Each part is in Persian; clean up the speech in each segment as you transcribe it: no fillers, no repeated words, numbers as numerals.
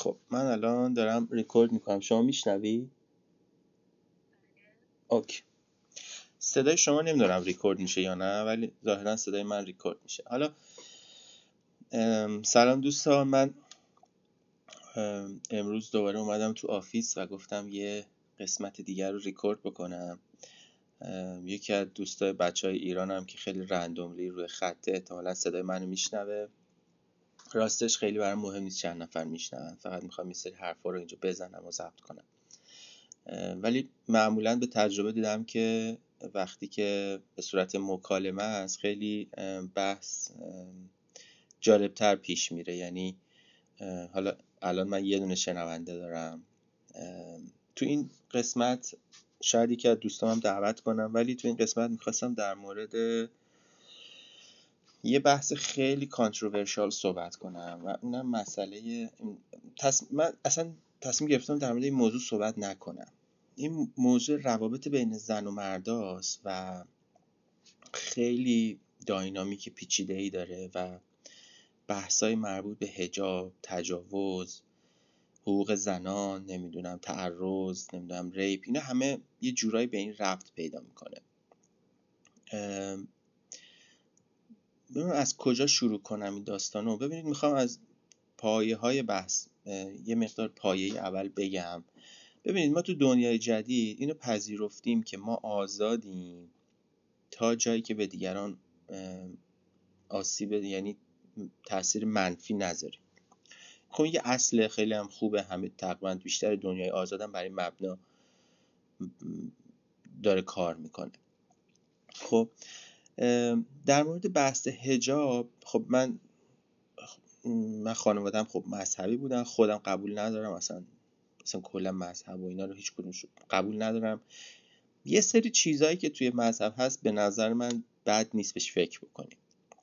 خب من الان دارم ریکورد میکنم، شما میشنوی؟ اوکی. صدای شما نمیدونم ریکورد میشه یا نه، ولی ظاهرا صدای من ریکورد میشه. حالا سلام دوستان، من امروز دوباره اومدم تو آفیس و گفتم یه قسمت دیگر رو ریکورد بکنم. یکی از دوستای بچهای ایرانم که خیلی رندوملی روی خطه احتمالاً صدای منو میشنوه. راستش خیلی برام مهم نیست چند نفر میشنون، فقط میخوام یه سری حرفا رو اینجا بزنم و ضبط کنم. ولی معمولاً به تجربه دیدم که وقتی که به صورت مکالمه است خیلی بحث جالبتر پیش میره. یعنی حالا الان من یه دونه شنونده دارم تو این قسمت، شاید یکی از دوستامم دعوت کنم، ولی تو این قسمت میخواستم در مورد یه بحث خیلی کانتروورشال صحبت کنم و اونم مسئله من اصلا تصمیم گرفتم در مورد این موضوع صحبت نکنم. این موضوع روابط بین زن و مرداست و خیلی داینامیک پیچیده‌ای داره و بحث‌های مربوط به حجاب، تجاوز، حقوق زنان، نمیدونم تعرض، نمیدونم ریپ، اینا همه یه جورایی به این ربط پیدا میکنه. ببینم از کجا شروع کنم این داستانو. ببینید، میخوام از پایه‌های بحث یه مقدار پایه اول بگم. ببینید، ما تو دنیای جدید اینو پذیرفتیم که ما آزادیم تا جایی که به دیگران آسیب، یعنی تأثیر منفی نذاریم. خب یه اصل خیلی هم خوبه، همه تقریبا بیشتر دنیای آزادم برای مبنا داره کار میکنه. خب در مورد بحث حجاب، خب من خانوادم خب مذهبی بودن، خودم قبول ندارم، اصلا کلا مذهب و اینا رو هیچ کدوم قبول ندارم. یه سری چیزایی که توی مذهب هست به نظر من بد نیست بهش فکر بکنیم.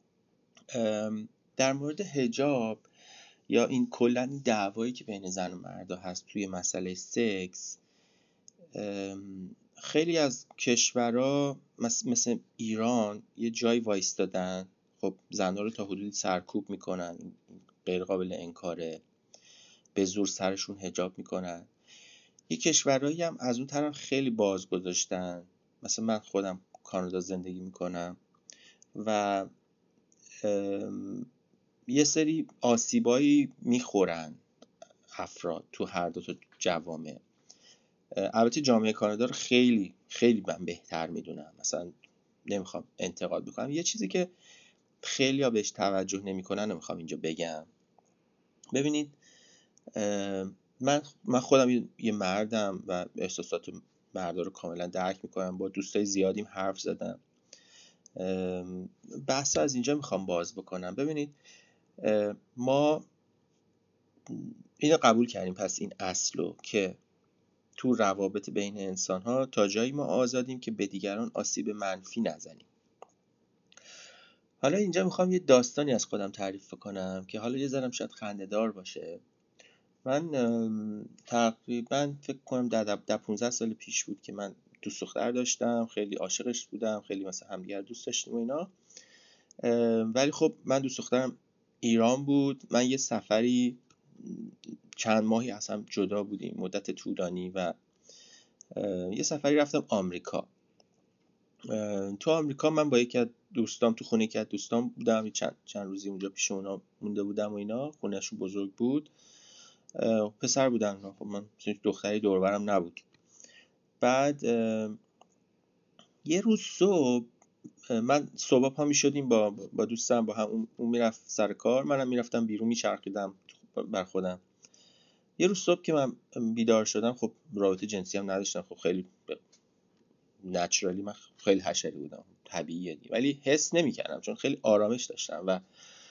در مورد حجاب یا این کلا این دعوایی که بین زن و مردا هست توی مسئله سکس، خیلی از کشورها مثل ایران یه جای وایستادن، خب زنها رو تا حدودی سرکوب میکنن، غیر قابل انکاره، به زور سرشون حجاب میکنن. یه کشورهایی هم از اون طرف خیلی باز گذاشتن، مثلا من خودم کانادا زندگی میکنم و یه سری آسیبایی میخورن افراد تو هر دو تا جوامع. البته جامعه کانادا رو خیلی خیلی من بهتر میدونم، مثلا نمیخوام انتقاد بکنم. یه چیزی که خیلی ها بهش توجه نمیکنن نمیخوام اینجا بگم. ببینید، من خودم یه مردم و احساسات مردا رو کاملا درک میکنم. با دوستای زیادیم حرف زدم. بحث از اینجا میخوام باز بکنم. ببینید، ما اینو قبول کردیم، پس این اصلو که تو روابط بین انسان ها تا جایی ما آزادیم که به دیگران آسیب منفی نزنیم. حالا اینجا میخوام یه داستانی از خودم تعریف کنم که حالا یه ذرم شاید خنده‌دار باشه. من تقریبا فکر کنم در 15 سال پیش بود که من دوست دختر داشتم، خیلی عاشقش بودم، خیلی مثلا همدیگر دوست داشتیم و اینا. ولی خب من دوست دخترم ایران بود. من یه سفری چند ماهی اصلا جدا بودیم، مدت طولانی، و یه سفری رفتم آمریکا. تو آمریکا من با یکی از دوستام تو خونه یکی از دوستام بودم، چند روزی اونجا پیش اونا مونده بودم و اینا. خونهشون بزرگ بود، پسر بودن، خب من دختری دور و برم نبود. بعد یه روز صبح من صبح پا می شدیم با دوستم، با هم اون میرفت سر کار، منم میرفتم بیرون میچرخیدم بر خودم. یه روز صبح که من بیدار شدم، خب رابطه جنسی هم نداشتم، خب خیلی نچرالی من خیلی حشری بودم، طبیعیه، ولی حس نمی‌کردم چون خیلی آرامش داشتم و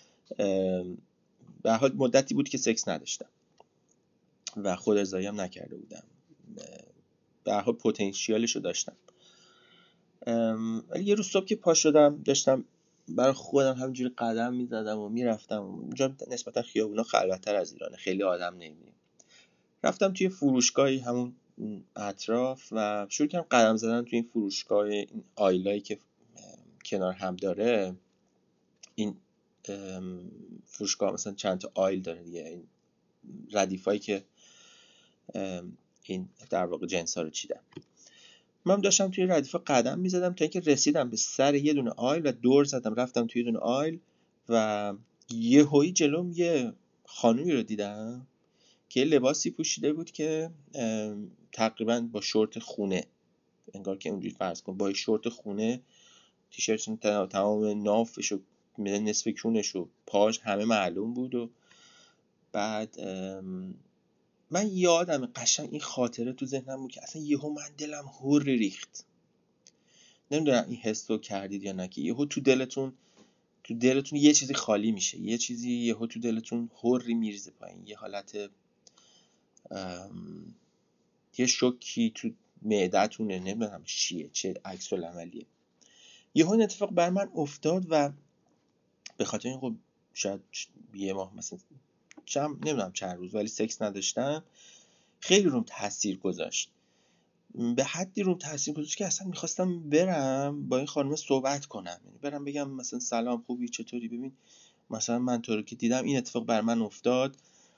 به حال مدتی بود که سکس نداشتم و خود ارضایی هم نکرده بودم. به حال پتانسیلش رو داشتم. ولی یه روز صبح که پا شدم، داشتم برای خودم همینجوری قدم میزدم و میرفتم. اونجا نسبتا خیابونا خلوت‌تر از ایرانه، خیلی آدم نمی‌بینی. رفتم توی فروشگاهی همون اطراف و شروع کردم قدم زدن توی این فروشگاه. این آیلایی که کنار هم داره، این فروشگاه مثلا چند تا آیل داره دیگه، این ردیفایی که این در واقع جنس ها رو چیدن. من داشتم توی ردیفا قدم میزدم تا اینکه رسیدم به سر یه دونه آیل و دور زدم رفتم توی یه دونه آیل و یهویی جلوم یه خانومی رو دیدم که یه لباسی پوشیده بود که تقریبا با شورت خونه، انگار که اونجوری فرض کن با شورت خونه، تیشرت تمام نافش و نصف کونش و پاش همه معلوم بود. و بعد من یادم قشنگ این خاطره تو ذهنم بود که اصلا یهو من دلم هور ریخت. نمیدونم این حس رو کردید یا نه که یهو تو دلتون یه چیزی خالی میشه، یه چیزی یهو تو دلتون هوری میریزه پایین، یه حالت یه شوکی تو معده‌تونه، نمیدونم چیه، چه عکس العملیه. یهو این اتفاق بر من افتاد و به خاطر این خب شاید یه ماه مثلا نمیدونم چند روز ولی سکس نداشتم، خیلی روم تاثیر گذاشت. به حدی روم تاثیر گذاشت که اصلا میخواستم برم با این خانم صحبت کنم، یعنی برم بگم مثلا سلام خوبی چطوری، ببین مثلا من تو رو که دیدم این اتفاق بر من افتاد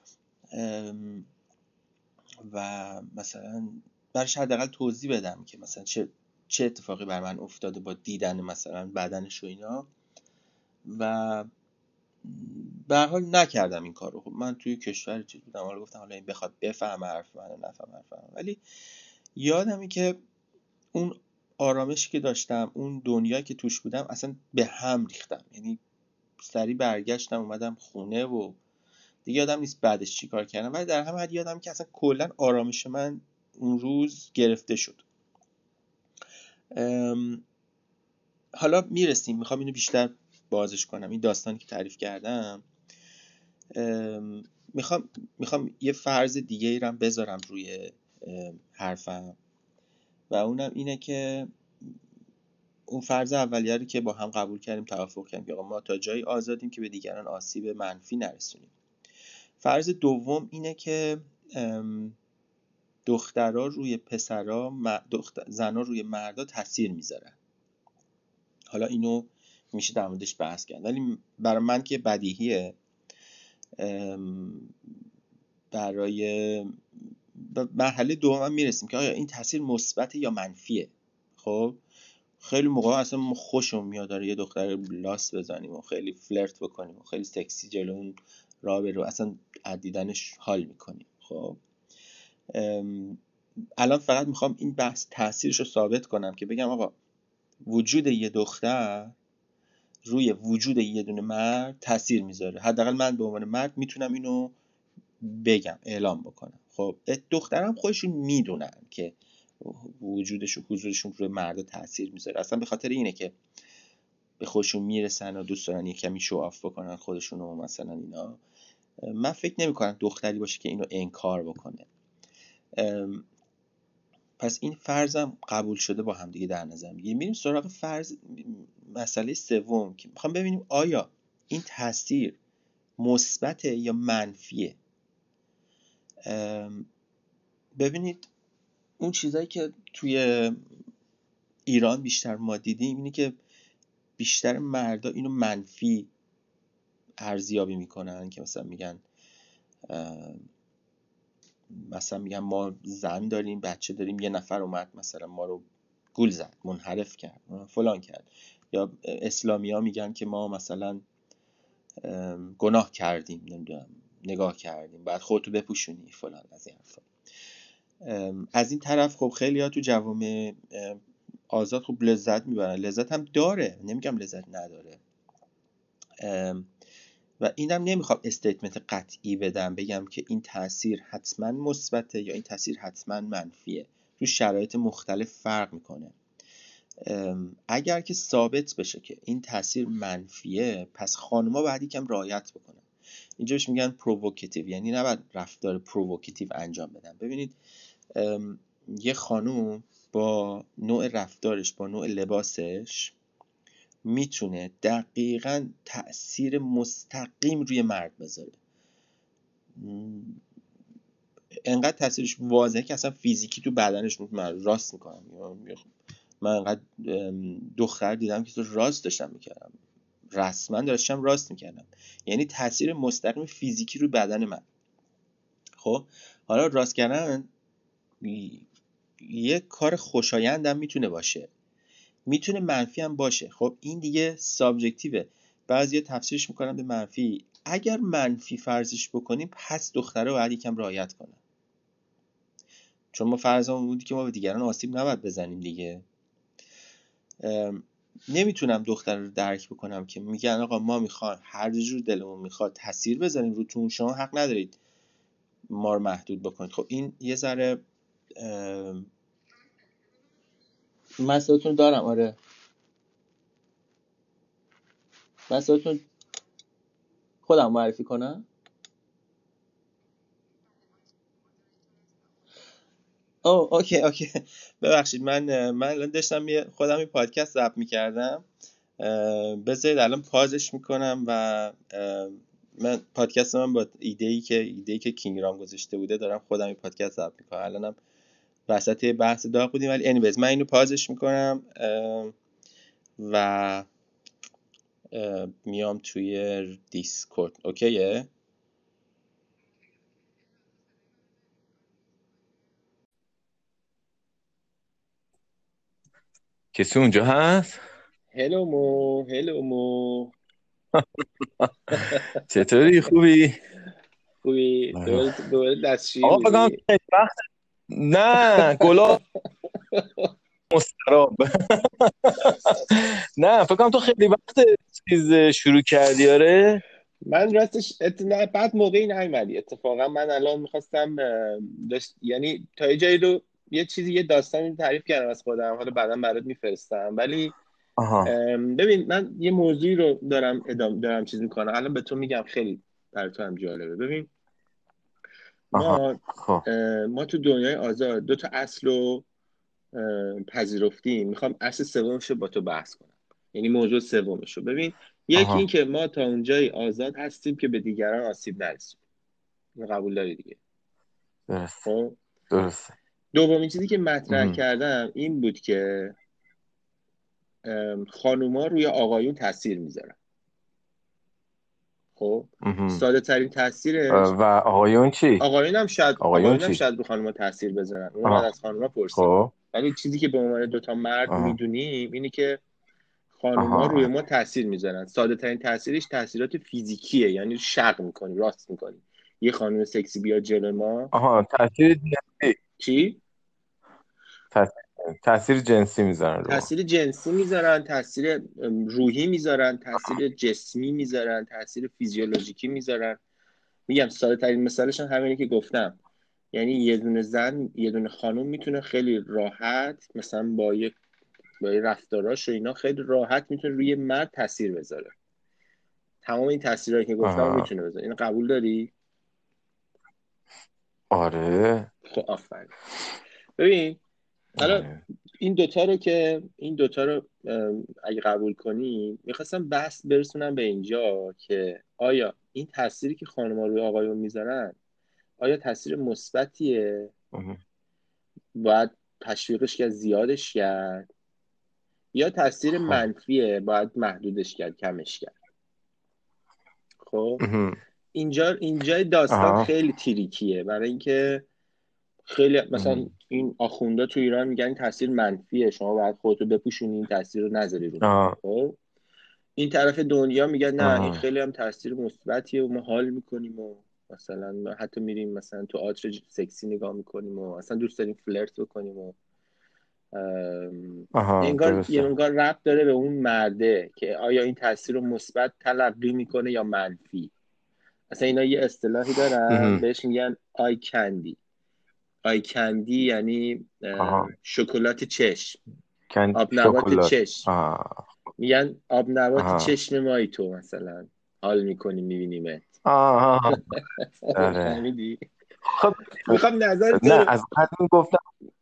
و مثلا برش حداقل توضیح بدم که مثلا چه اتفاقی بر من افتاده با دیدن مثلا بدنش و اینا. و به هر حال نکردم این کارو. خب من توی کشور چیز بودم، حالا گفتم حالا این بخواد بفهم حرف منو نفهم حرف منو. ولی یادمه که اون آرامشی که داشتم، اون دنیایی که توش بودم، اصلا به هم ریختم. یعنی سری برگشتم اومدم خونه و دیگه یادم نیست بعدش چی کار کردم، ولی در همه حد یادم که اصلا کلا آرامش من اون روز گرفته شد. حالا میرسیم، میخوام اینو بیشتر بازش کنم، این داستانی که تعریف کردم. میخوام یه فرض دیگه ای رو بذارم روی حرفم و اونم اینه که اون فرض اولیه رو که با هم قبول کردیم، توافق کردیم که ما تا جایی آزادیم که به دیگران آسیب منفی نرسونیم. فرض دوم اینه که دخترها روی پسرها، زنها روی مردا تاثیر میذارن. حالا اینو میشه در موردش بحث کرد، ولی برای من که بدیهیه، برای مرحله دوم میرسیم که آیا این تاثیر مثبت یا منفیه. خب خیلی موقع اصلا خوشم میاد داره یه دختر لاس بزنیم و خیلی فلرت بکنیم و خیلی سکسی جلو اون راه برو، اصلا دیدنش حال میکنیم. خب الان فقط میخوام این بحث تاثیرش رو ثابت کنم که بگم آقا وجود یه دختر روی وجود یه دونه مرد تاثیر میذاره. حداقل من به عنوان مرد میتونم اینو بگم، اعلام بکنم. خب دخترم خودشون میدونن که وجودش و حضورشون روی مردا تاثیر میذاره، اصلا به خاطر اینه که به خودشون میرسن و دوست دارن یه کمی شو آف بکنن خودشون و مثلا اینا. من فکر نمی‌کنم دختری باشه که اینو انکار بکنه. پس این فرضم قبول شده با هم دیگه در نظر میگیریم. میریم سراغ فرض مسئله سوم که میخوام ببینیم آیا این تاثیر مثبته یا منفیه. ببینید اون چیزایی که توی ایران بیشتر ما دیدیم اینه که بیشتر مردا اینو منفی ارزیابی میکنن که مثلا میگن ما زن داریم، بچه داریم، یه نفر اومد مثلا ما رو گول زد، منحرف کرد، فلان کرد. یا اسلامی ها میگن که ما مثلا گناه کردیم، نمیدونم نگاه کردیم، بعد خودتو بپوشونی فلان، از این حرفا. از این طرف خب خیلی ها تو جوامع آزاد خب لذت میبرن، لذت هم داره، نمیگم لذت نداره. و اینم نمیخوام استیتمنت قطعی بدم بگم که این تاثیر حتما مثبته یا این تاثیر حتما منفیه. تو شرایط مختلف فرق میکنه. اگر که ثابت بشه که این تاثیر منفیه، پس خانوما باید یکم رعایت بکنن. اینجا بهش میگن پرووکاتیو، یعنی نباید رفتار پرووکاتیو انجام بدن. ببینید یه خانوم با نوع رفتارش، با نوع لباسش میتونه دقیقاً تأثیر مستقیم روی مرد بذاره. انقدر تأثیرش واضحه که اصلا فیزیکی تو بدنش راست میکنم. من انقدر دختر دیدم که تو راست داشتم میکردم، رسما داشتم راست میکردم، یعنی تأثیر مستقیم فیزیکی رو بدن من. خب حالا راست کردن یه کار خوشایندم میتونه باشه، میتونه منفی هم باشه. خب این دیگه سابجکتیوه، بعضیا تفسیرش میکنن به منفی. اگر منفی فرضش بکنیم پس دختره باید یکم رعایت کنن، چون ما فرضمون بودی که ما به دیگران آسیب نباید بزنیم دیگه. نمیتونم دختر رو درک بکنم که میگن آقا ما میخوام هر جور دلمون میخواد تاثیر بذاریم روتون، شما حق ندارید ما رو محدود بکنید. خب این یه ذره مسئله‌تون دارم. آره مسئله‌تون خودم معرفی کنم. اوکی ببخشید، من الان داشتم خودم این پادکست ضبط میکردم. بذارید الان پازش میکنم و من پادکست من با ایده‌ای که کینگرام گذاشته بوده دارم خودم این پادکست ضبط میکنم. الانم وسط بحث داغ بودیم، ولی انیویز من اینو پازش میکنم و میام توی دیسکورد. اوکیه؟ کسی اونجا هست؟ هلو مو چطوری؟ خوبی؟ خوبی؟ دوباره دستشویی آقا فکرم بودی؟ خیلی وقت نه گلاب مستراب نه فکرم تو خیلی وقت چیز شروع کردی. آره من راستش نه، بعد موقعی نیومدی اتفاقا. من الان میخواستم یعنی تا یه جایی رو یه چیزی، یه داستانی تعریف کردم از خودم، حالا بعدا برات میفرستم. ولی آها ببین من یه موضوعی رو دارم چیز میکنم الان به تو میگم، خیلی برای تو هم جالبه. ببین آها ما خب ما تو دنیای آزاد دو تا اصل رو پذیرفتیم. میخوام اصل سومش رو با تو بحث کنم، یعنی موضوع سومش رو. ببین یکی این آها که ما تا اونجای آزاد هستیم که به دیگران آسیب نرسیم. اینو قبول داری دیگه؟ درست خب درست دومین چیزی که مطرح کردم این بود که خانوما روی آقایون تاثیر میذارن. خب ساده ترین تاثیرش، و آقایون چی؟ آقایون آقایون هم چی؟ شاید رو خانوما تاثیر بذارن، اونو بعد آها از خانوما پرسید. خب ولی چیزی که به عنوان دوتا مرد آها میدونیم اینه که خانوما روی آها ما تاثیر میذارن. ساده ترین تاثیرش تاثیرات فیزیکیه، یعنی شق میکنی، راست میکنی. یه خانم سکسی بیاد جلو ما. آها تاثیر جنسی، چی؟ تاثیر تاثیر جنسی میذارن رو. تاثیر جنسی میذارن، تاثیر روحی میذارن، تاثیر جسمی میذارن، تاثیر فیزیولوژیکی میذارن. میگم ساده ترین مثالش هم همینه که گفتم. یعنی یه دونه زن، یه دونه خانم میتونه خیلی راحت مثلا با یه رفتاراش و اینا خیلی راحت میتونه روی مرد تاثیر بذاره. تمام این تاثیرهایی که گفتم آها میتونه بذاره. اینو قبول داری؟ آره خب آفرین. ببین حالا آره این دوتا رو اگه قبول کنی، میخواستم بحث برسونم به اینجا که آیا این تأثیری که خانم‌ها روی آقایون میذارن آیا تأثیر مثبتیه، آها. باید تشویقش کرد، زیادش کرد، یا تأثیر خب منفیه، باید محدودش کرد، کمش کرد. خب اها. اینجای داستان آها. خیلی تریکیه، برای اینکه خیلی اها. مثلا این آخوندا تو ایران میگن این تاثیر منفیه، شما باید خودتو بپوشونی، این تاثیر رو نذاری رو من. آها. خب این طرف دنیا میگن نه، این آها. خیلی هم تاثیر مثبتیه و ما حال میکنیم و مثلا ما حتی میریم مثلا تو آتر سکسی نگاه میکنیم و اصلا دوست داریم فلرت بکنیم و آها. درسته. انگار ربط داره به اون مرده که آیا این تاثیر رو مثبت تلقی میکنه یا منفی. اصلا اینا یه اصطلاحی دارن اها. بهش میگن آی کندی. آی کندی یعنی آها. شکلات چشم، آب نبات شکلات. چشم. آها. میگن آب نبات آها. چشم مایی تو مثلا حال میکنی میبینیمت. آها. آره. فهمیدی؟ خب میخوام نظر تو نه رو. از قدیم گفتم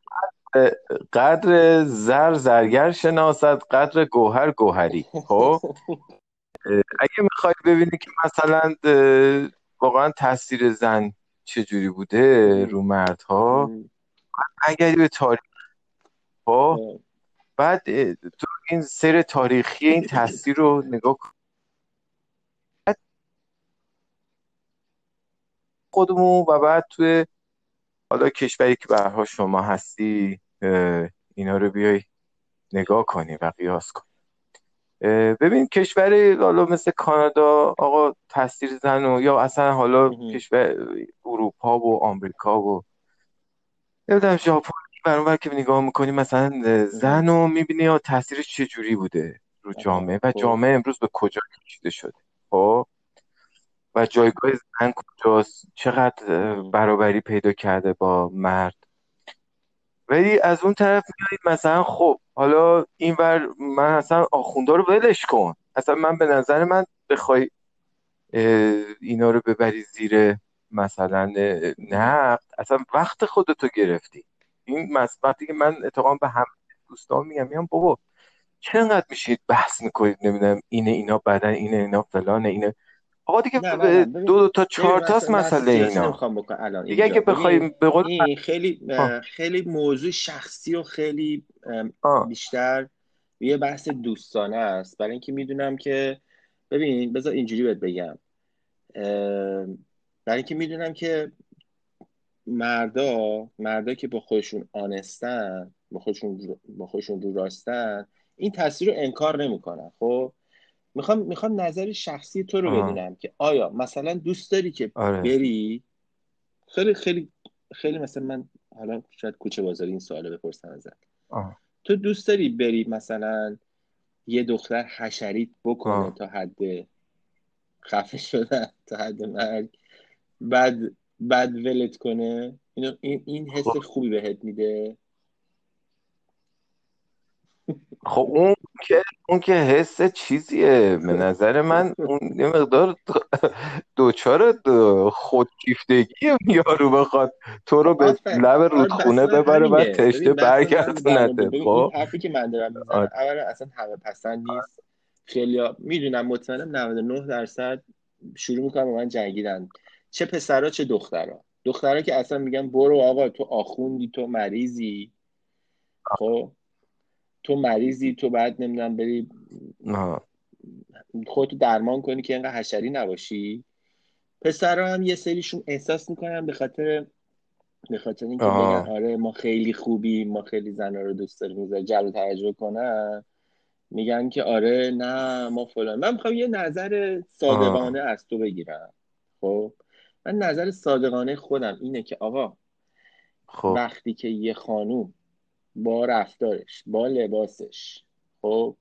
قدر زرگر شناسد قدر گوهر گوهری. خب اگه میخوای ببینی که مثلا واقعا تاثیر زن چجوری بوده رو مردها، اگر به تاریخ ها بعد تو این سر تاریخی این تاثیر رو نگاه کن. خودمون و بعد توی حالا کشوری که به هر حال شما هستی اینا رو بیای نگاه کنی و قیاس کنی. ببین کشور حالا مثل کانادا آقا تاثیر زن و یا اصلا حالا کشور اروپا و آمریکا و نمیدونم ژاپن، برانور که نگاه میکنی مثلا زن رو میبینی یا تاثیرش چه جوری بوده رو جامعه و جامعه امروز به کجا کشیده شده. خب و جایگاه زن کجاست، چقدر برابری پیدا کرده با مرد. ولی از اون طرف میای مثلا خب حالا اینور من اصلا آخوندا رو ولش کن، اصلا من به نظر من بخوای اینا رو ببری زیر مثلا نقد اصلا وقت خودتو گرفتی. این وقتی که من اتفاقا به هم دوستان میگم بابا چقدر میشید بحث میکنید نمیدونم اینه اینا بدن اینه اینا فلانه اینه. آقا دیگه نه نه نه دو تا ببین چهار تاست بحث مسئله سیاسی اینا نمیخوام بکن الان دیگه. اگه اینجا. ببین بخوای به قول این خیلی آه خیلی موضوع شخصی و خیلی آه بیشتر یه بحث دوستانه است، برای اینکه میدونم که ببین بذار اینجوری بهت بگم، برای اینکه میدونم که مردا که با خودشون آنستن، با خودشون رو راستن، این تاثیر رو انکار نمیکنن. خب میخوام نظر شخصی تو رو آه بدونم که آیا مثلا دوست داری که آره بری خیلی خیلی خیلی مثلا من حالا شاید کوچه بازاری این سوالو بپرسم ازت، آه تو دوست داری بری مثلا یه دختر حشریت بکنه آه تا حد خفه شدن، تا حد مرگ، بعد بعد ولت کنه؟ این حس خب خوبی بهت میده؟ خب اون که حس چیزیه به نظر من، اون یه مقدار دوچار خودشیفتگی یارو بخواد تو رو خب به آفر لب آره رودخونه بسته ببره بعد همینه. تشته ببین بحث من در مورد برگردونته. ببین این خب حرفی که من دارم میزنم اولا اصلا همه پسند نیست. خیلی میدونم، مطمئنم 99% شروع میکنم با من جنگیدن، چه پسرا چه دخترا که اصلا میگن برو آقا تو آخوندی، تو مریضی. خب تو مریضی، تو بعد نمیدونم بری آه. خودتو درمان کنی که اینقدر حشری نباشی. پسرا هم یه سریشون احساس میکنن به خاطر اینکه بگن آه. آره ما خیلی خوبیم، ما خیلی زنا رو دوست داریم، میذاره جلب توجه کنن، میگن که آره نه ما فلان. من میخوام یه نظر آه. صادقانه از تو بگیرم. خب من نظر صادقانه خودم اینه که آقا خب وقتی که یه خانوم با رفتارش با لباسش خب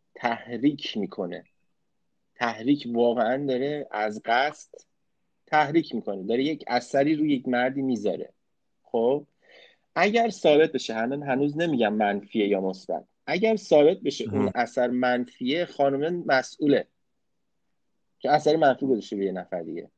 تحریک واقعا داره از قصد تحریک میکنه، داره یک اثری روی یک مردی میذاره. خب اگر ثابت بشه، هنوز نمیگم منفیه یا مثبت، اگر ثابت بشه اون اثر منفیه، خانم مسئوله که اثر منفی گذاشته به یه نفر دیگه.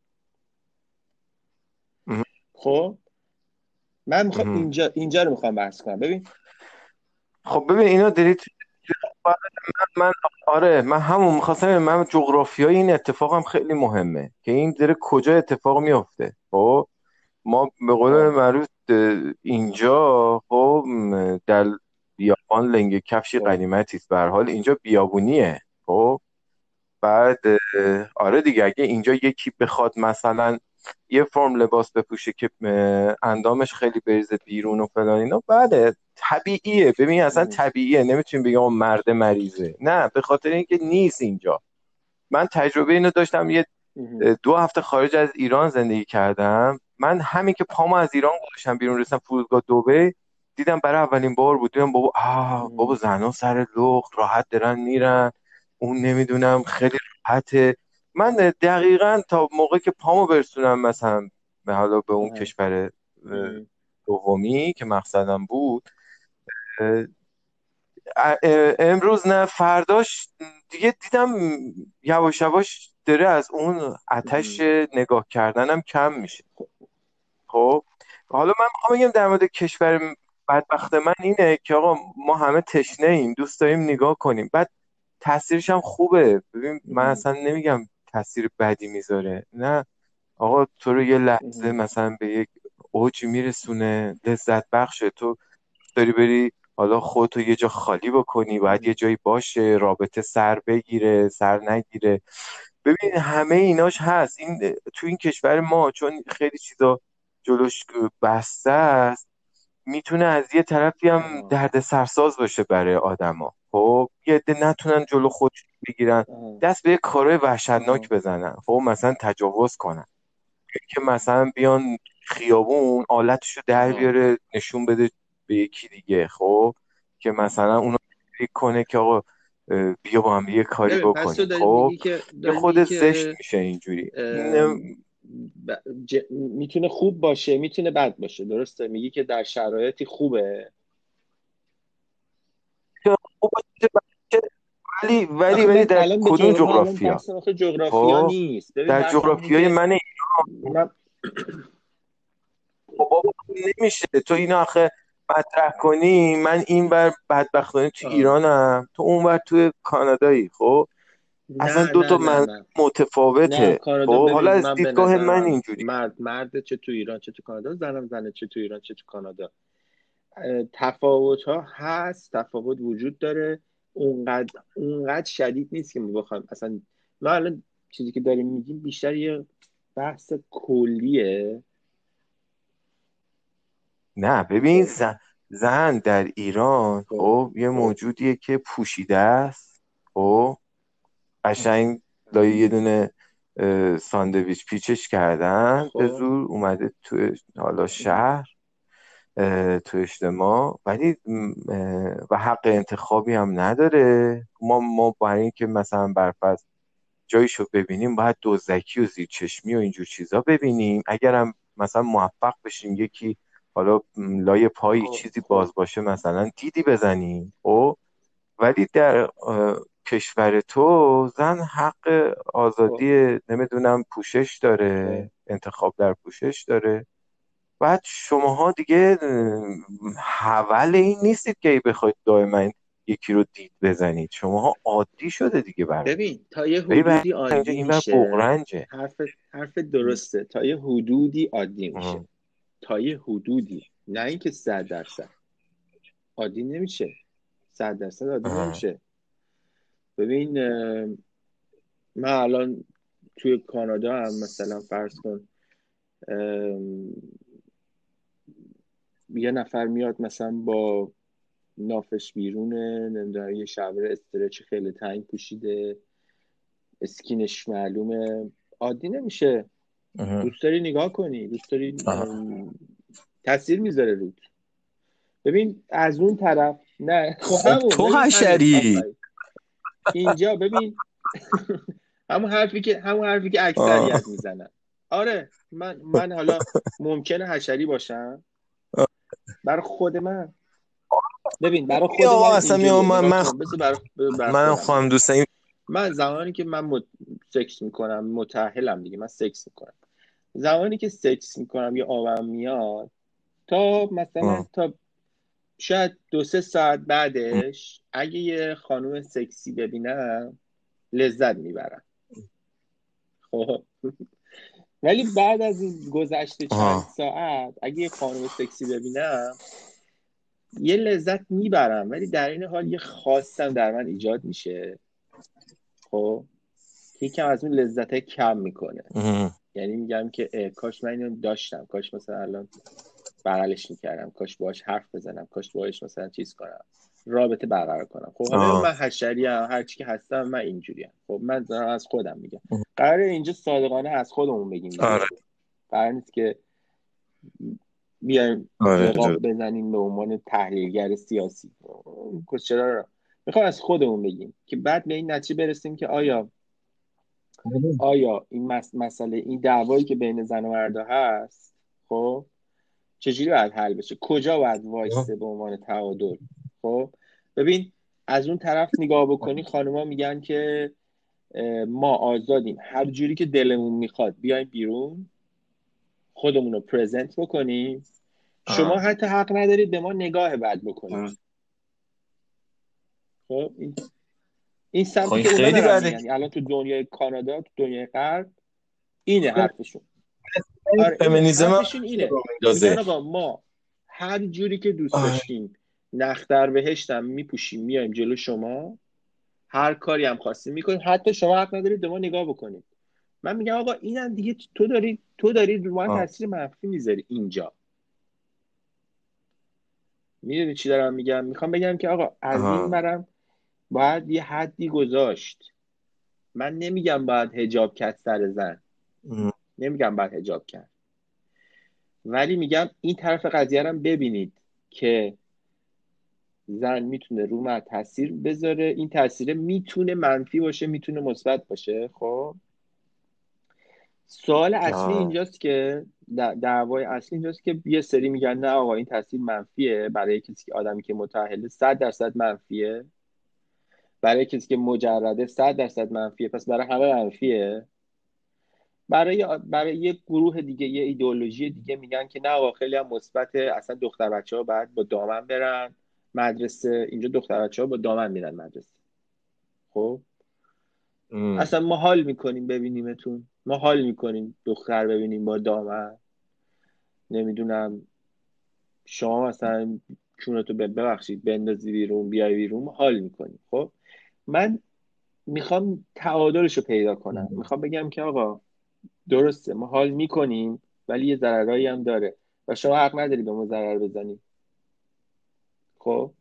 خب من میخوام اینجا رو میخوام بحث کنم. ببین خب ببین اینا دارید من آره من همون میخواستم، من جغرافیای این اتفاقم خیلی مهمه که این داره کجا اتفاق میفته. خب ما به قول آه. معروف اینجا خب در بیابان لنگه کفشی خب غنیمتی است. به هر حال اینجا بیابونیه. خب بعد آره دیگه اگه اینجا یکی بخواد مثلا یه فرم لباس بپوشه که اندامش خیلی بریزه بیرون و فلان اینا، بله طبیعیه. ببین اصلا طبیعیه، نمیتونیم بگیم اون مرد مریضه، نه به خاطر اینکه نیست اینجا. من تجربه اینو داشتم، یه 2 هفته خارج از ایران زندگی کردم. من همین که پامو از ایران گذاشتم بیرون رسیدم فرودگاه دبی، دیدم برای اولین بار بود، دیدم بابا زنا سر لخت راحت دارن میرن، اون نمیدونم خیلی راحته. من دقیقا تا موقعی که پامو برسونم مثلا حالا به اون کشور دومی که مقصدم بود، امروز نه فرداش دیگه دیدم یواش یواش داره از اون آتش نگاه کردنم کم میشه. خب حالا من میخوام بگم در مورد کشور بدبخت من اینه که آقا ما همه تشنه ایم، دوست داریم نگاه کنیم، بعد تاثیرش هم خوبه. ببین من اصلا نمیگم تاثیر بدی میذاره، نه آقا تو رو یه لحظه مثلا به یک اوج میرسونه، لذت بخشه. تو داری بری حالا خودتو یه جا خالی بکنی، باید یه جایی باشه، رابطه سر بگیره سر نگیره، ببین همه ایناش هست. این تو این کشور ما چون خیلی چیزا جلوش بسته است، میتونه از یه طرفی هم آه. درد سرساز باشه برای آدما. خب یه عده نتونن جلو خودشون بگیرن، آه. دست به یه کارهای وحشتناک آه. بزنن. خب مثلا تجاوز کنن، که مثلا بیان خیابون آلتشو در آه. بیاره نشون بده به یکی دیگه. خب که مثلا اونو فکر کنه که آقا بیا با هم یه کاری ببین پس تو بکنیم. داری خب میگی که یه داری میگی خود زشت که میشه اینجوری. میتونه خوب باشه میتونه بد باشه، درسته؟ میگی که در شرایطی خوبه. خوب باشه بچه، آخه ولی من در الان کدوم ما الان جغرافیا؟ بحث آخه جغرافیا خب نیست. ببین در بحث اینه جغرافیای که من من خب بابا نمیشه تو اینو آخه مطرح کنی. من این بر بدبختانه تو آه. ایرانم، تو اون بر تو کانادایی. خب اصلا نه دو نه تا نه منظور نه نه، متفاوته. کانادا خب حالا ببین، از من به دیدگاه من نظرم اینجوری. مرد چه تو ایران چه تو کانادا، زنه چه تو ایران چه تو کانادا، تفاوت ها هست، تفاوت وجود داره. اونقدر شدید نیست که ما بخوایم اصلا. ما الان چیزی که داریم میگیم بیشتر یه بحث کلیه. نه ببین خب. زن در ایران خب. خب یه موجودیه که پوشیده است. خب قشنگ لای یه دونه ساندویچ پیچش کردن به خب. زور اومده تو حالا شهر، تو اجتماع. ولی و حق انتخابی هم نداره. ما برای اینکه مثلا برفرض جایشو ببینیم باید دزدکی و زیرچشمی و اینجور چیزا ببینیم. اگرم مثلا موفق بشیم یکی حالا لای پایی خب. چیزی خب. باز باشه مثلا دیدی بزنیم. او ولی در کشور تو زن حق خب. آزادی نمیدونم پوشش خب. داره، انتخاب در پوشش داره. بعد شماها دیگه حول این نیستید که بخواید دائما یکی رو دید بزنید. شماها عادی شده دیگه برات. ببین تا یه ولی برای حدودی اینجا عادی اینور میشه. بغرنجه. حرف درسته، تا یه حدودی عادی میشه. تا یه حدودی، نه اینکه 100% عادی نمیشه. 100% عادی اه. نمیشه. ببین من الان توی کانادا هم مثلا فرض کن یه نفر میاد مثلا با نافش بیرونه، نمیدونم یه شلوار استرچ خیلی تنگ پوشیده، اسکینش معلومه، عادی نمیشه. اه. دوست داری نگاه کنی، دوست داری اه. تاثیر میذاره روت. ببین از اون طرف نه، خب خب تو همین حشری. آفرین. اینجا ببین همون حرفی که آه. اکثریت میزنن. آره من حالا ممکنه حشری باشم برای خود من. ببین برای خود یا من اصلا یا اینجوریه، نگاه کن، بذار برای منم خودم خواهم بگم. دوستان. من زمانی که من سکس میکنم، متأهلم دیگه، من سکس میکنم. زمانی که سکس میکنم یا آبم میاد، تا مثلا تا شاید 2-3 ساعت بعدش اگه یه خانم سکسی ببینم لذت میبرم. خب ولی بعد از این گذشته چند ساعت اگه یه خانم سکسی ببینم یه لذت میبرم، ولی در این حال یه خواستم در من ایجاد میشه. خب که یکم از اون لذت کم میکنه. یعنی میگم که کاش من اینو داشتم، کاش مثلا الان بغلش میکردم، کاش باهاش حرف بزنم، کاش باهاش مثلا چیز کنم، رابطه برقرار کنم. خب حالا من حشری ام، هر چی که هستم من اینجوری ام. خب من دارم از خودم میگم، قراره اینجا صادقانه از خودمون بگیم آره دیگه. قرار نیست که بیایم آره نقاب بزنیم به عنوان تحلیلگر سیاسی. چرا رو میخوام از خودمون بگیم که بعد به این نتیجه برسیم که آیا این مسئله، این دعوایی که بین زن و مردا هست، خب چجوری باید حل بشه، کجا باید وایسه به عنوان تعادل. خب ببین از اون طرف نگاه بکنی، خانوما میگن که ما آزادیم هر جوری که دلمون میخواد بیایم بیرون، خودمون رو پرزنت بکنیم، شما حتی حق ندارید به ما نگاه بد بکنید. خب این خب سمتی این که اونا خیلی دارن بده. میگن الان تو دنیای کانادا، تو دنیای غرب، اینه حرفشون. این آره اینه فمینیزم هم حرفشون، اینه میگن میندازه. آقا ما هر جوری که دوست داشتیم نختر بهشتم میپوشیم میایم جلو شما، هر کاری هم خواستید میکنید، حتی شما حق ندارید به ما نگاه بکنید. من میگم آقا اینم دیگه تو داری رو من تاثیر منفی میذاری اینجا. میدونی چی دارم میگم؟ میخوام بگم که آقا از این برم باید یه حدی گذاشت. من نمیگم باید حجاب کرد سر زن، نمیگم باید حجاب کرد، ولی میگم این طرف قضیه رو ببینید که زن میتونه رو مرد تاثیر بذاره. این تاثیر میتونه منفی باشه، میتونه مثبت باشه. خب سوال اصلی اینجاست که دعوای اصلی اینجاست که یه سری میگن نه آقا این تاثیر منفیه برای کسی که آدمی که متأهله 100% منفیه، برای کسی که مجرده 100% منفیه، پس برای همه منفیه. برای یک گروه دیگه، یه ایدئولوژی دیگه میگن که نه آقا خیلی هم مثبته، اصلا دختر بچه‌ها باید با دامن برن مدرسه. اینجا دختر بچه‌ها با دامن میرن مدرسه. خب اصلا ما حال میکنیم ببینیمتون، ما حال میکنیم دختر ببینیم با دامن. نمیدونم شما مثلا چونتو ببخشید بندازی بیرون بیای بیرون، ما حال میکنیم. خب من میخوام تعادلش رو پیدا کنم. میخوام بگم که آقا درسته ما حال میکنیم ولی یه ضررایی هم داره و شما حق نداری به ما ضرر بزنی. خب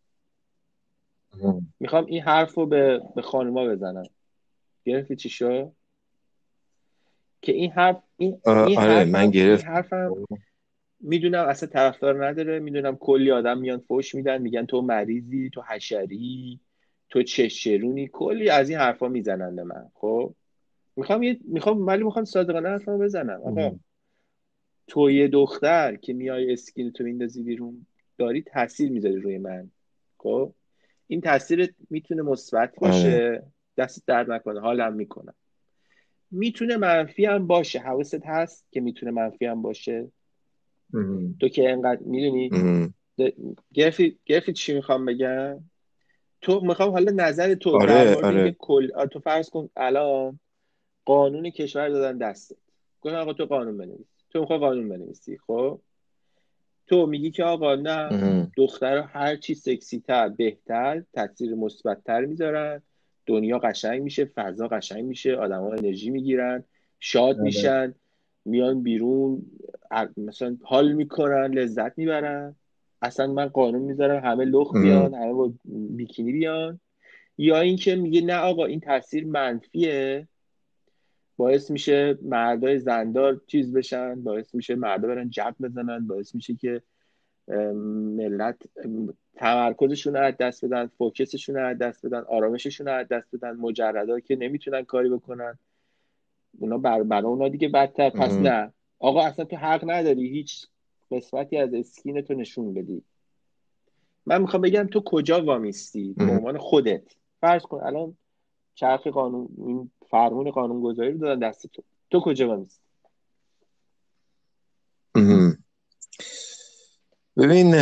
میخوام این حرف رو به خانوما بزنم. گرفتی چی شد؟ که این حرف آره من این گرفت. حرفم میدونم اصلا طرفدار نداره. میدونم کلی آدم میان فوش میدن، میگن تو مریضی، تو حشری، تو چشرونی، کلی از این حرفا میزنن به من. خب میخوام صادقانه حرفمو بزنم. آقا تو یه دختر که میای اسکین تو میندازی بیرون، داری تاثیر میذاری روی من. خب این تاثیر میتونه مثبت باشه، دست درد نکنه، حالم میکنم. میتونه منفی هم باشه، حواست هست که میتونه منفی هم باشه. تو که انقدر میدونی. گرفتی چی میخوام بگم؟ تو میخوام حالا نظر تو در آره مورد آره اینکه تو فرض کن الان قانون کشور دادن دستت، گفتن آقا تو قانون بنویس، تو میخوای قانون بنویسی. خب تو میگی که آقا نه، دخترها هر چی سکسی تر بهتر، تاثیر مثبت تر میذارن، دنیا قشنگ میشه، فضا قشنگ میشه، آدم‌ها انرژی میگیرن، شاد میشن، میان بیرون مثلا حال میکنن، لذت میبرن. اصلا من قانون میذارم همه لخت بیان، همه با بیکینی بیان. یا اینکه میگه نه آقا این تاثیر منفیه، باعث میشه مردای زندار چیز بشن، باعث میشه مردا برن جب بزنن، باعث میشه که ملت تمرکزشون رو از دست بدن، فوکسشون رو از دست بدن، آرامششون رو از دست بدن. مجردا که نمیتونن کاری بکنن، اونا برای اونا دیگه بدتر. پس نه آقا اصلا تو حق نداری هیچ قسمتی از اسکین تو نشون بدی. من میخوام بگم تو کجا وامیستی به عنوان خودت. فرض کن الان چرخ قانون، این فرمون قانون گذاری رو دادن دست تو کجا وامیستی؟ ببین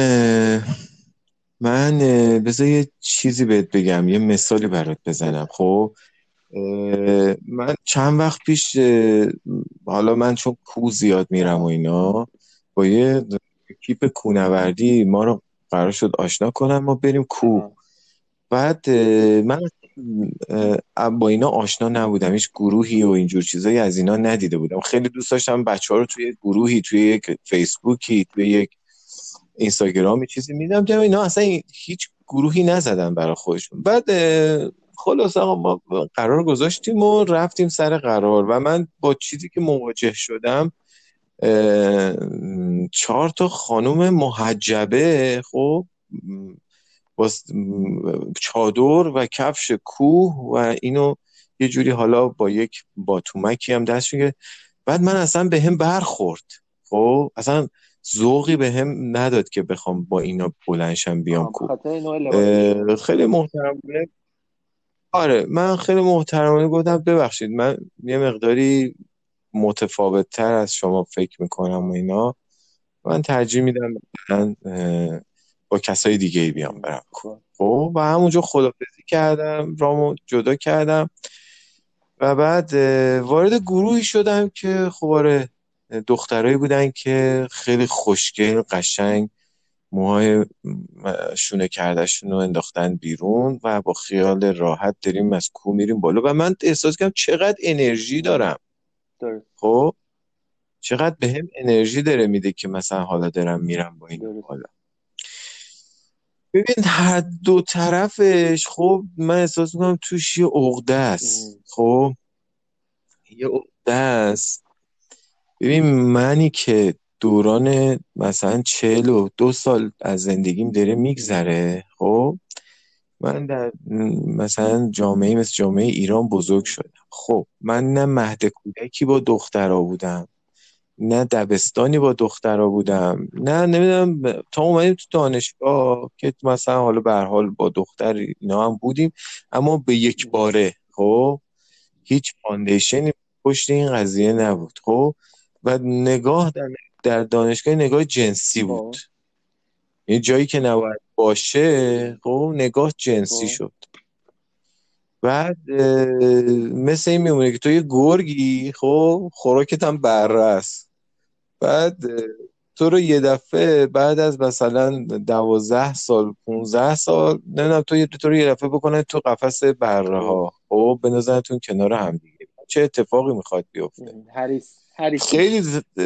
من بذار یه چیزی بهت بگم، یه مثالی برات بزنم. خب من چند وقت پیش حالا من چون کو زیاد میرم و اینا، با یه کیپ کونوردی ما رو قرار شد آشنا کنم، ما بریم کو. بعد من با اینا آشنا نبودم، هیچ گروهی و اینجور چیزایی از اینا ندیده بودم. خیلی دوست داشتم بچه ها رو توی گروهی، توی یک فیسبوکی، توی یک اینستاگرامی چیزی میدم که اینا اصلا هیچ گروهی نزدن برای خودشون. بعد خلاص آقا ما قرار گذاشتیم و رفتیم سر قرار و من با چیزی که مواجه شدم 4 تا خانم محجبه، خب با چادر و کفش کوه و اینو یه جوری حالا با یک باتومکی هم دستشون گرفت. بعد من اصلا به هم برخورد، خب اصلا ذوقی به هم نداد که بخوام با اینا بلنشم بیام کو. خیلی محترمانه، آره من خیلی محترمانه گفتم ببخشید من یه مقداری متفاوت تر از شما فکر میکنم و اینا، من ترجیح میدم مثلا با کسای دیگه بیام برم کو. خب و همونجا خدافظی کردم، رامو جدا کردم و بعد وارد گروهی شدم که خب آره دخترایی بودن که خیلی خوشگل، قشنگ، موهای شونه کردشون رو انداختن بیرون و با خیال راحت داریم از کوه میریم بالا و من احساس کردم چقدر انرژی دارم. درست. خب چقدر بهم انرژی داره میده که مثلا حالا دارم میرم با این درست. بالا. ببین هر دو طرفش خب من احساس میکنم توش یه عقده است. خب یه عقده است. ببین منی که دوران مثلا 42 سال از زندگیم داره میگذره. خب من در مثلا جامعه مثل جامعه ایران بزرگ شدم. خب من نه مهد کودکی با دخترها بودم، نه دبستانی با دخترها بودم، نه نمیدونم تا اومدیم تو دانشگاه که مثلا حالا به هر حال با دختر اینا هم بودیم، اما به یک باره. خب هیچ فاندیشنی پشت این قضیه نبود. خب و نگاه در دانشگاه نگاه جنسی بود. یه جایی که نباید باشه خب نگاه جنسی شد. بعد مثل این میمونه که تو یه گرگی خب خوراکت هم بره است. بعد تو رو یه دفعه بعد از مثلا 12 سال 15 سال نمیدونم تو رو یه دفعه بکنه تو قفس بره ها خب بندازنتون کنار هم دیگه. چه اتفاقی میخواد بیفته؟ خیلی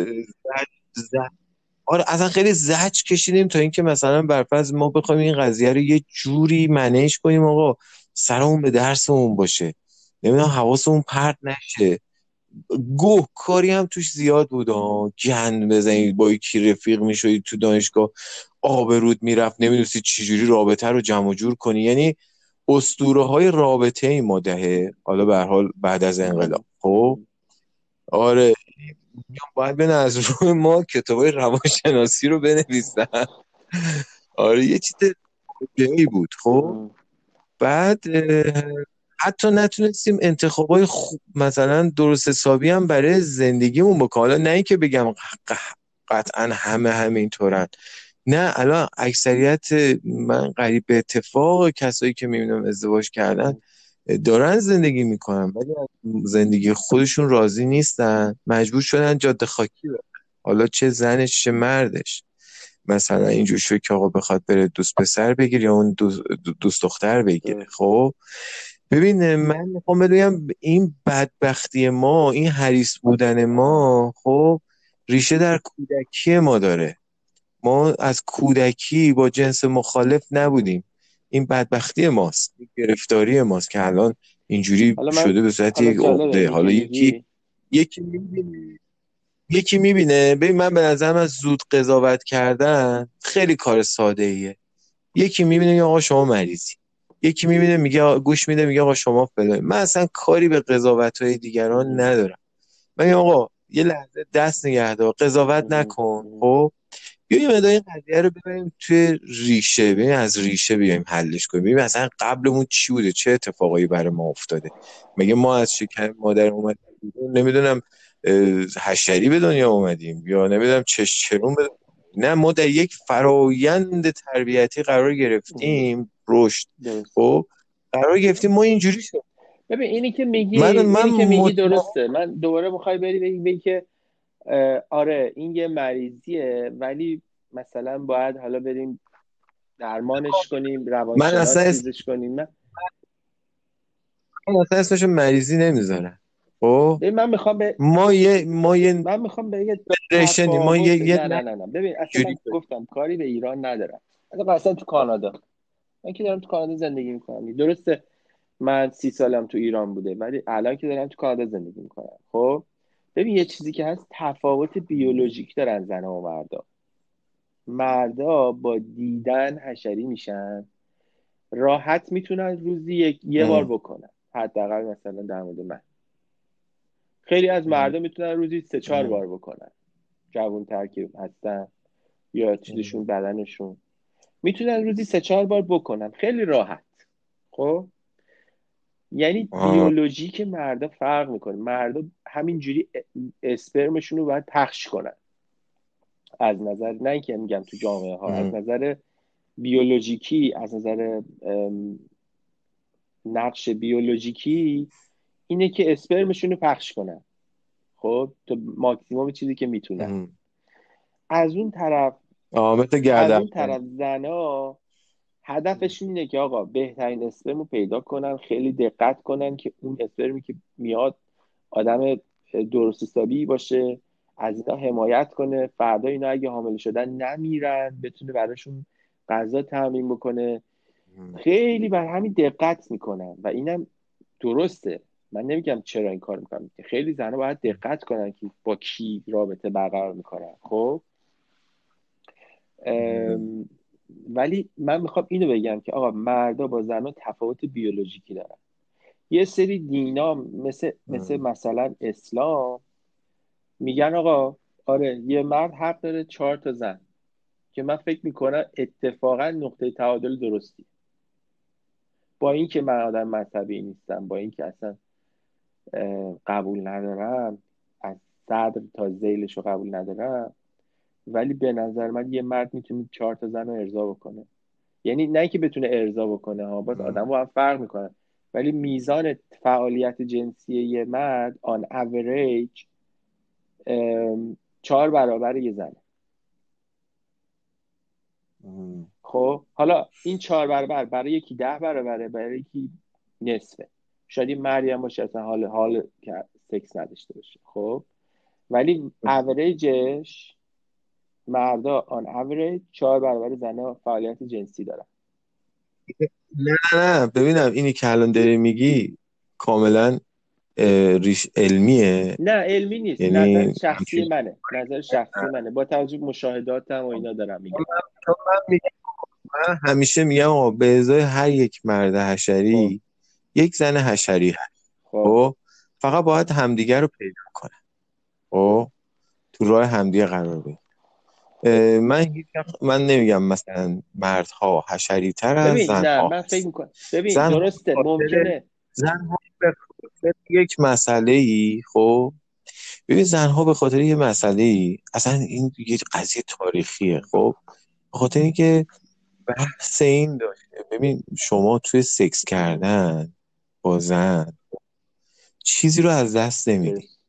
آره اصلا خیلی زجر کشیدیم تا اینکه مثلا برفرض ما بخوایم این قضیه رو یه جوری منیج کنیم آقا سرمون به درسمون باشه، نمیدونم حواسمون پرت نشه. گوه کاری هم توش زیاد بود. گند بزنید با یکی رفیق میشوید تو دانشگاه آبرود میرفت نمیدونستی چجوری رابطه رو جمع و جور کنی. یعنی اسطوره های رابطه این مدهه حالا به هر حال بعد از انقلاب. خب آره باید بین از روی ما کتابای روانشناسی رو بنویسن. آره یه چیز دیگه‌ای بود. خب بعد حتی نتونستیم انتخابای خوب مثلا درست حسابی هم برای زندگیمون بکنیم. حالا نه اینکه بگم قطعا همه اینطورن، نه الان اکثریت من قریب به اتفاق کسایی که میبینم ازدواج کردن دارن زندگی میکنن ولی از زندگی خودشون راضی نیستن، مجبور شدن جاده خاکی برن. حالا چه زنش چه مردش مثلا اینجور شد که آقا بخواد بره دوست پسر بگیر یا اون دوست دختر بگیره. خب ببین من میخوام بدونم این بدبختی ما این حریص بودن ما خب ریشه در کودکی ما داره. ما از کودکی با جنس مخالف نبودیم. این بدبختی ماست، این گرفتاری ماست که الان اینجوری شده به صورت یک عقده. حالا یکی میبینه ببین من به نظرم از زود قضاوت کردن خیلی کار ساده ایه. یکی میبینه آقا شما مریضی، یکی میبینه میگه گوش میده میگه آقا شما فلان. من اصلا کاری به قضاوت‌های دیگران ندارم. من آقا یه لحظه دست نگه دار قضاوت نکن. خب بیایم این قضیه رو ببینیم توی ریشه، ببینیم از ریشه بیایم حلش کنیم. ببینیم اصلا قبلمون چی بوده، چه اتفاقایی برای ما افتاده. مگه ما از شکم مادر اومدیم نمیدونم حشری به دنیا اومدیم یا نمیدونم چرون نه ما در یک فرایند تربیتی قرار گرفتیم رشد. خب قرار گرفتیم ما اینجوری شد. ببین اینی که میگی درسته. من دوباره میخوای بگی که آره این یه مریضیه ولی مثلا باید حالا بریم درمانش کنیم روانشناس چیزش کنیم. من اصلا اسمشو مریضی نمیذارم. خب من میخوام من میخوام به یه تفاوت نه ببین اصلا من گفتم کاری به ایران ندارم. اصلا تو کانادا من که دارم تو کانادا زندگی میکنم درسته من 30 سالم تو ایران بوده ولی الان که دارم تو کانادا زندگی میکنم. خب ببین یه چیزی که هست تفاوت بیولوژیک دارن زنها و مردا با دیدن حشری میشن راحت میتونن روزی یه بار بکنن. حداقل مثلا در مورد من خیلی از مردا میتونن روزی 3-4 بار بکنن. جوان ترکیب هستن یا چیزشون بدنشون میتونن روزی 3-4 بار بکنن خیلی راحت. خب یعنی بیولوژیک مردا فرق میکنه. مردا همینجوری اسپرمشون رو باید پخش کنن از نظر نه اینکه میگم تو جامعه ها از نظر بیولوژیکی از نظر نقش بیولوژیکی اینه که اسپرمشون رو پخش کنن. خب تو ماکسیموم چیزی که میتونن. از اون طرف مثل از اون گردن. طرف زنا هدفشون اینه که آقا بهترین اسپرم رو پیدا کنن، خیلی دقت کنن که اون اسپرمی که میاد آدم درست حسابی باشه، از اینا حمایت کنه، فردا اینا اگه حامله شدن نمیرن، بتونه براشون غذا تامین بکنه. خیلی بر همین دقت میکنن و اینم درسته. من نمیگم چرا این کار میکنن، خیلی زنها باید دقت کنن که با کی رابطه برقرار میکنن. خب ولی من میخوام اینو بگم که آقا مردا با زنها تفاوت بیولوژیکی دارن. یه سری دینا مثل مثلا اسلام میگن آقا آره یه مرد حق داره 4 تا زن، که من فکر میکنم اتفاقا نقطه تعادل درستی. با اینکه من آدم مذهبی نیستم، با اینکه اصلا قبول ندارم، از صدر تا ذیلش رو قبول ندارم، ولی به نظر من یه مرد میتونه 4 تا زن رو ارضا بکنه. یعنی نه که بتونه ارضا بکنه ها، باز آدم با هم فرق میکنه، ولی میزان فعالیت جنسی یه مرد آن اوریج 4 برابر یه زنه. خب حالا این 4 برابر برای یکی 10 برابره، برای یکی نصفه. شاید این مردی هم باشه اصلا حال که سکس نداشته باشه. خب ولی اوریجش مردا آن اوریج 4 برابر زنها فعالیت جنسی دارن. نه ببینم اینی که الان داری میگی کاملا ریش علمیه، نه علمی نیست، نظر یعنی شخصی منه، نظر شخصی منه، با توجه به مشاهداتم و اینا دارم میگم. من همیشه میگم آقا به ازای هر یک مرد خب حشری یک زن حشری هست. خب خب فقط باید همدیگه رو پیدا کنن، خب تو راه همدیگه قرار بگیرن. من نمیگم مثلا مردها حشری تر از ببین نه زنها من فکر هست. میکنم، ببین زنها درسته ممکنه. به خاطر یک مسئله ای، خب ببین زنها به خاطر یه مسئله ای، اصلا این یه قضیه تاریخیه، خب به خاطر اینکه بحث این داشته. ببین شما توی سکس کردن با زن چیزی رو از دست نمیدی، درست.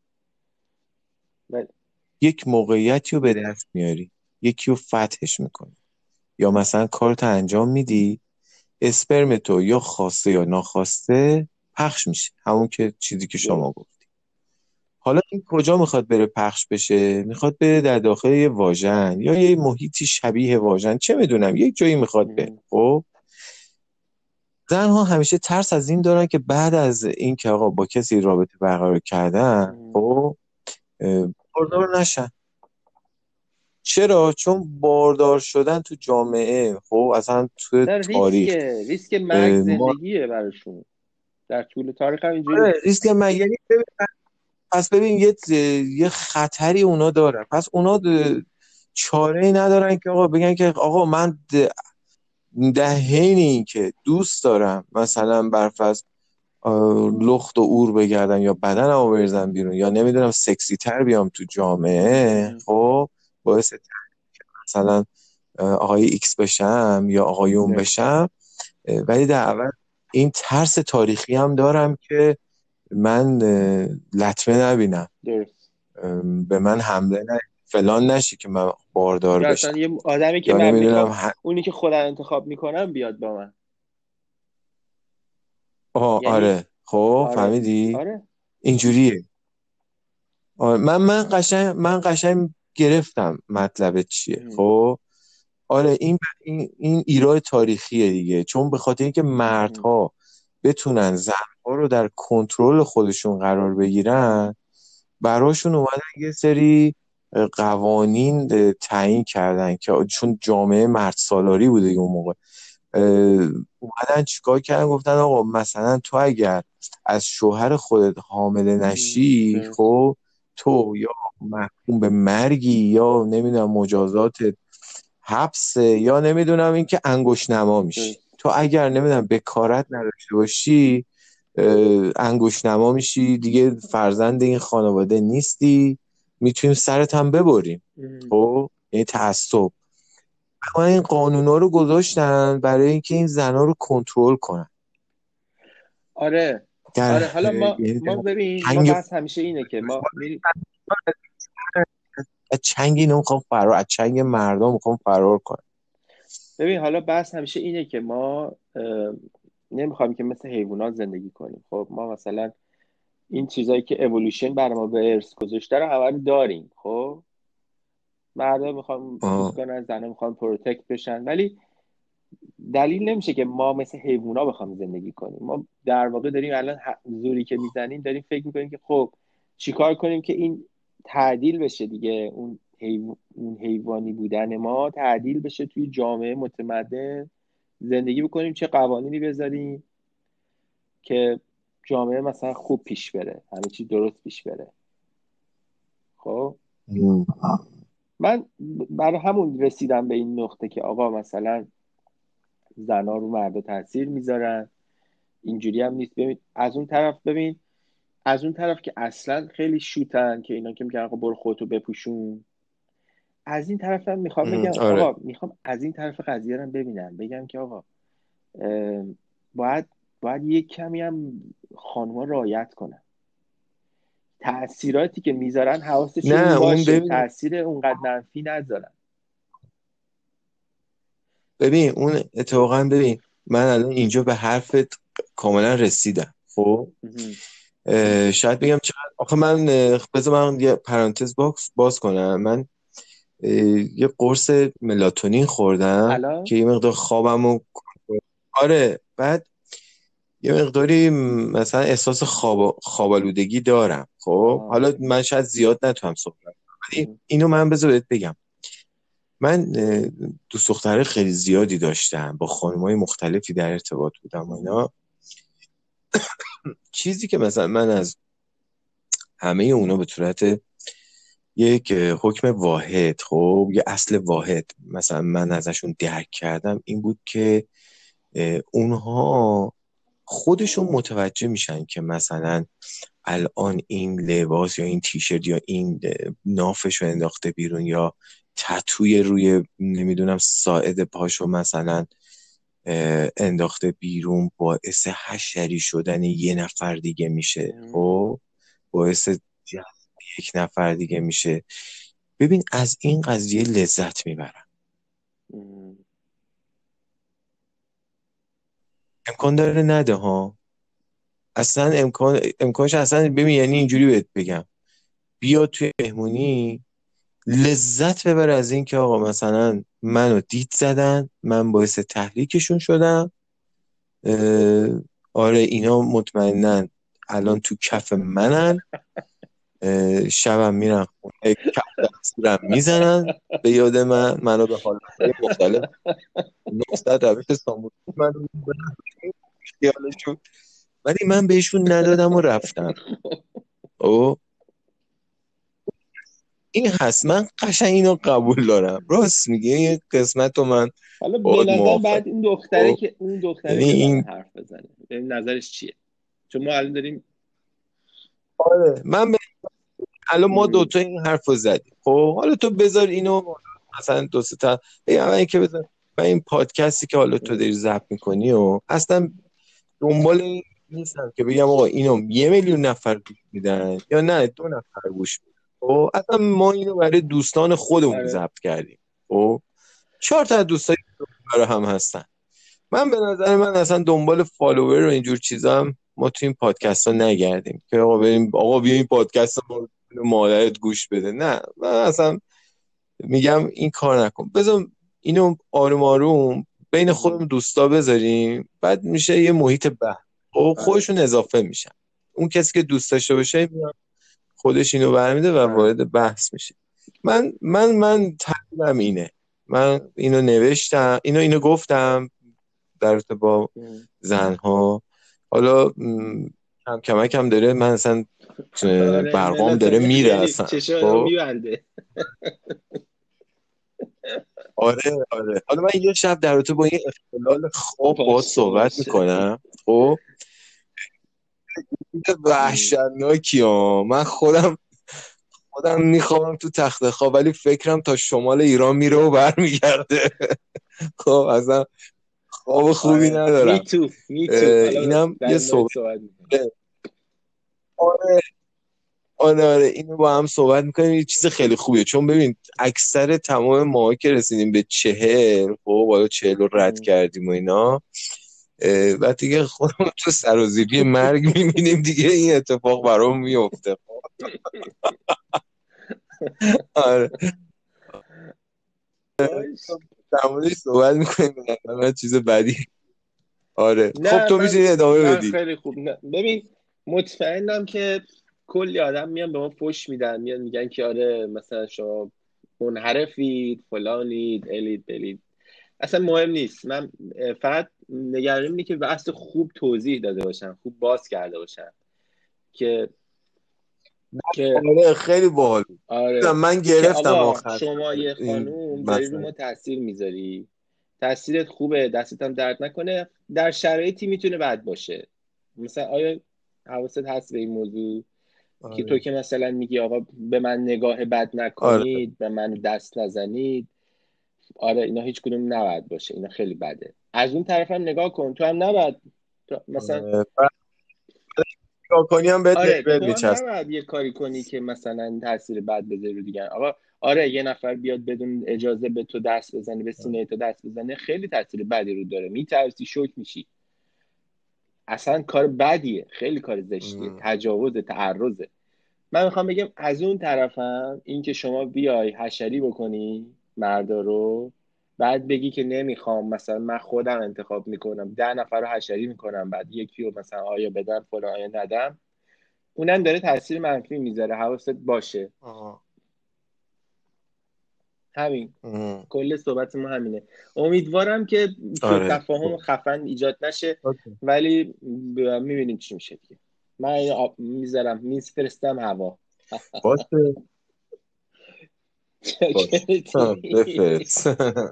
و- یک موقعیتی رو به دست میاری، یکی رو فتحش میکنی، یا مثلا کارتو انجام میدی، اسپرم تو یا خواسته یا ناخواسته پخش میشه، همون که چیزی که شما درست. گفت. حالا این کجا میخواد بره پخش بشه؟ میخواد بره در داخل یه واژن یا یه محیطی شبیه واژن، چه میدونم یک جایی میخواد بره. خب زنها همیشه ترس از این دارن که بعد از این که آقا با کسی رابطه برقرار کردن، خب باردار نشن. چرا؟ چون باردار شدن تو جامعه، خب اصلا تو نه تاریخ ریسک مرگ ما زندگیه براشون، در طول تاریخ هم اینجوری. ریسک من یعنی پس ببین یه خطری اونا دارن، پس اونا چاره ای ندارن که آقا بگن که آقا من در حین این که دوست دارم مثلا برفرض لخت و اور بگردم یا بدنمو بریزم بیرون یا نمیدونم سکسی تر بیام تو جامعه، خب باعث مثلا آقای ایکس بشم یا آقایون بشم، ولی در اول این ترس تاریخی هم دارم که من لطمه نبینم، درست. به من حمله فلان نشی که من باردار یا بشم، اصلا یه آدمی که یا من نمیدونم میخوام اونی که خودم انتخاب میکنم بیاد با من. یعنی آره خب آره فهمیدی آره. اینجوریه. آره من قشنگ گرفتم مطلب چیه. خب آره این ایراد تاریخیه دیگه، چون به خاطر اینکه مردها بتونن زنها رو در کنترل خودشون قرار بگیرن، براشون اومدن یه سری قوانین تعیین کردن که چون جامعه مرد سالاری بوده اون موقع، اومدن چیکار کردن؟ گفتن آقا مثلا تو اگر از شوهر خودت حامله نشی، خب تو یا محکوم به مرگی یا نمیدونم مجازات حبس یا نمیدونم این که انگشت نما میشی. تو اگر نمیدونم بکارت نداشته باشی انگشت نما میشی دیگه، فرزند این خانواده نیستی، میتونیم سرت هم ببریم. خب یعنی تعصب ما این قانونا رو گذاشتن برای اینکه این زنا رو کنترل کنن. آره در آره. حالا ما یعنی ببین، ما تنگ بحث همیشه اینه که ما میریم. از چنگ اینو میخوام فرار، از چنگ مردم میخوام فرار کنم. ببین حالا بحث همیشه اینه که ما نمیخوایم که مثل حیوانات زندگی کنیم. خب ما مثلا این چیزایی که اِوولوشن برای ما به ارث گذاشته رو همه رو داریم. خب مردا میخوان چیز کنن، زنا میخوان پروتکت بشن، ولی دلیل نمیشه که ما مثل حیوونا بخوام زندگی کنیم. ما در واقع داریم الان زوری که میزنیم داریم فکر میکنیم که خب چیکار کنیم که این تعدیل بشه دیگه، اون حیوانی بودن ما تعدیل بشه، توی جامعه متمدن زندگی بکنیم، چه قوانینی بذاریم که جامعه مثلا خوب پیش بره، همه چی درست پیش بره. خب من برای همون رسیدم به این نقطه که آقا مثلا زنا رو مردا تاثیر میذارن، اینجوری هم نیست. ببین از اون طرف که اصلا خیلی شوتن که اینا که میگن آقا برو خودتو بپوشون. از این طرف هم میخوام بگم آره. آقا میخوام از این طرف قضیه رو ببینم، بگم که آقا باید یک کمی هم خانوما رعایت کنن، تأثیراتی که میذارن حواسشون نه اون باشه، ببین تأثیر اونقدر منفی نذارن. اون اتفاقا ببین من الان اینجا به حرفت کاملا رسیدم. خب شاید بگم چقدر آخه من بذار من یه پرانتز باز کنم. من یه قرص ملاتونین خوردم الان که یه مقدار خوابمو، آره، بعد یه مقداری مثلا احساس خوابالودگی دارم. خب حالا من شاید زیاد نتونم صحبت کنم، ولی اینو من بذار بهت بگم. من دوست دختره خیلی زیادی داشتم، با خانم‌های مختلفی در ارتباط بودم و اینا. چیزی که مثلا من از همه اونا به صورت یک حکم واحد، خب یه اصل واحد مثلا من ازشون درک کردم این بود که اونها خودشون متوجه میشن که مثلا الان این لباس یا این تیشرت یا این نافش رو انداخته بیرون یا تتوی روی نمیدونم ساعد پاشو مثلا انداخته بیرون باعث حشری شدن یه نفر دیگه میشه، خب باعث یک نفر دیگه میشه. ببین از این قضیه لذت میبرم. امکان داره نده ها، اصلا امکانش اصلا. ببین یعنی اینجوری بهت بگم، بیا توی مهمونی لذت ببر از این که آقا مثلا منو دید زدن، من باعث تحریکشون شدم، آره اینا مطمئنن الان تو کف منن، شبم میرن خونه کف دستورم میزنن به یاد منو به حالتهای مختلف 900 روش سامون منو خیالشون، ولی من بهشون ندادم و رفتم. او این هست، من قشنگ اینو قبول دارم، راست میگه، این قسمت رو من حالا به باهات نظر موافقم. بعد این دختره که اون دختره یعنی بزنه این حرف بزنه، ببین نظرش چیه، چون ما الان داریم آره الان ما دوتا این حرف رو زدیم. خب حالا تو بذار اینو مثلا دو سه تا این که بذار و این پادکستی که حالا تو داری ضبط میکنی و اصلا دنبال این نیستم که بگم آقا اینو 1,000,000 نفر گوش میدن یا نه 2 نفر گوش میدن. خب اصلا ما اینو برای دوستان خودمون ضبط کردیم. خب 4 تا دوستای برای هم هستن. من به نظر من اصلا دنبال فالوور و اینجور چیزا هم ما تو این پادکست ها نگردیم که آقا بریم آقا بیا این پادکست رو مادرت گوش بده. نه من اصلا میگم این کار نکن، بذار اینو آروم آروم بین خودمون دوستا بذاریم، بعد میشه یه محیط بحث و خودشون اضافه میشن. اون کسی که دوست داشته باشه خودش اینو برمیده و وارد بحث میشه. من تقریبم اینه، من اینو نوشتم، اینو گفتم در رابطه با زنها. حالا کم داره من اصلا برقام داره میره اصلا. چشم میبنده. آره حالا من یه شب در رابطه با این اختلال خواب باهات صحبت میکنم. خب وحشتناکی ها، من خودم میخوام تو تخت خواب ولی فکرم تا شمال ایران میره و برمیگرده. خب اصلا خواب خوبی ندارم. می تو اینم یه صحبت. آره آره اینو با هم صحبت میکنیم. یه چیز خیلی خوبیه، چون ببین اکثر تمام ما که رسیدیم به 40، خب بالا 40 رو رد کردیم و اینا، و دیگه خودمون تو سرازیری مرگ میبینیم دیگه این اتفاق برام میفته. آره در موردش صحبت میکنیم، من چیز بدی. آره خب نه تو میتونی ادامه من بدی. خیلی خوب. نه ببین، مطمئنم که کلی آدم میان به ما فوش میدن، میان میگن که آره مثلا شما منحرفید، فلانید، الید بلید. اصلا مهم نیست. من فقط نگرانیم اینه که بحث خوب توضیح داده باشن، خوب باز کرده باشن که آره خیلی باحال. آره من که گرفتم آقا آخر شما یه این خانوم داری رو مثلا. ما تاثیر میذاری، تاثیرت خوبه، دستت هم درد نکنه، در شرایطی میتونه بد باشه. مثلا آیا حواست هست به این موضوع که تو آره که مثلا میگی آقا به من نگاه بد آره نکنید، به من دست نزنید، آره اینا هیچ کدوم نباید باشه، اینا خیلی بده. از اون طرف هم نگاه کن، تو هم نباید مثلا آره بعد نگاه کنی هم آره بهت تو هم میچسب. نباید یه کاری کنی که مثلا تاثیر بد بذاری رو دیگران. آقا آره یه نفر بیاد بدون اجازه به تو دست بزنه، به سینه تو دست بزنه، خیلی تاثیر بدی رو داره، میترسی، شوک میشی، اصلا کار بدیه، خیلی کار زشتیه، تجاوز، تعرضه. من میخوام بگم از اون طرفم این که شما بیای حشری بکنی مردا رو، بعد بگی که نمیخوام، مثلا من خودم انتخاب میکنم 10 نفر رو حشری میکنم، بعد یکی رو مثلا آیا بدم فلان آیا ندم، اونم داره تاثیر منفی میذاره. حواست باشه. همین، کل صحبت ما همینه. امیدوارم که سوء آره تفاهم خفن ایجاد نشه، ولی میبینیم چی میشه دیگه. من اینو میذارم میفرستم هوا. باشه باشه بفرست.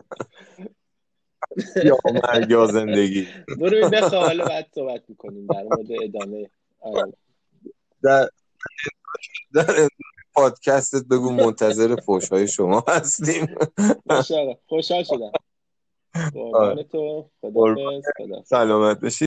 یا مرگ یا زندگی. برو بخواه، حالا بعد صحبت میکنیم در مورد ادامه. آره. در در پادکستت بگو منتظر فوش‌های شما هستیم. باشه آقا، خوشحال شدم. آره قربان تو، قربان. خدافظ. سلامت باشی.